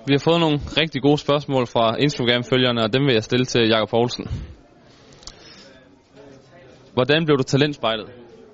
Vi har fået nogle rigtig gode spørgsmål fra Instagram-følgerne, og dem vil jeg stille til Jakob Poulsen. Hvordan blev du talentspejlet?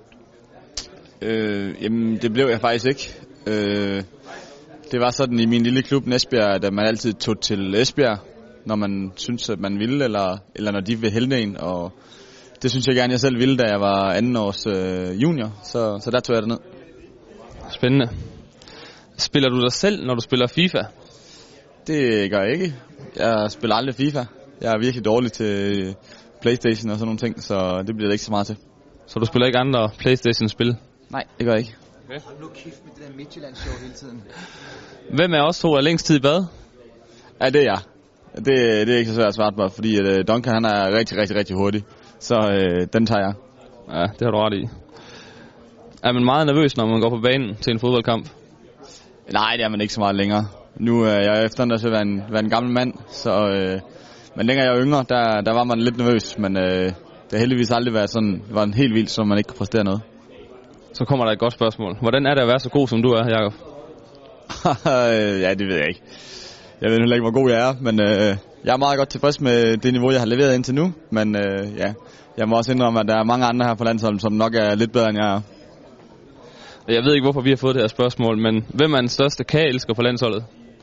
Jamen, det blev jeg faktisk ikke. Det var sådan i min lille klub Esbjerg, at man altid tog til Esbjerg, når man syntes, at man ville, eller når de ville hælde en. Og det synes jeg gerne, jeg selv ville, da jeg var anden års junior. Så der tog jeg det ned. Spændende. Spiller du dig selv, når du spiller FIFA? Det gør jeg ikke. Jeg spiller aldrig FIFA. Jeg er virkelig dårlig til PlayStation og sådan nogle ting, så det bliver det ikke så meget til. Så du spiller ikke andre PlayStation-spil? Nej, det gør jeg ikke. Okay. Nu kæft med det der Midtjylland-show hele tiden. Hvem af os to er længst tid i bad? Ja, det er jeg. Det er ikke så svært at svare på, fordi Duncan han er rigtig hurtig. Så den tager jeg. Ja, det har du ret i. Er man meget nervøs, når man går på banen til en fodboldkamp? Nej, det er man ikke så meget længere. Nu er jeg efterhånden at være en gammel mand, så men dengang jeg var yngre, der var man lidt nervøs, men det har heldigvis aldrig været sådan, var en helt vildt, så man ikke kunne præstere noget. Så kommer der et godt spørgsmål. Hvordan er det at være så god, som du er, Jakob? Ja, det ved jeg ikke. Jeg ved heller ikke, hvor god jeg er, men jeg er meget godt tilfreds med det niveau, jeg har leveret indtil nu. Men ja, jeg må også indrømme, at der er mange andre her på landsholdet, som nok er lidt bedre, end jeg er. Jeg ved ikke, hvorfor vi har fået det her spørgsmål, men hvem er den største kageelsker på landsholdet?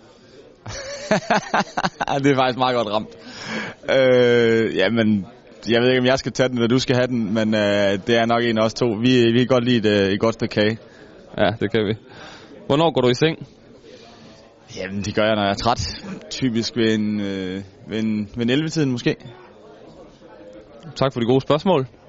Det er faktisk meget godt ramt. Jamen, jeg ved ikke, om jeg skal tage den, eller du skal have den, men det er nok en af os to. Vi kan godt lide et godt stykke kage. Ja, det kan vi. Hvornår går du i seng? Jamen, det gør jeg, når jeg er træt. Typisk ved en 11-tiden måske. Tak for de gode spørgsmål.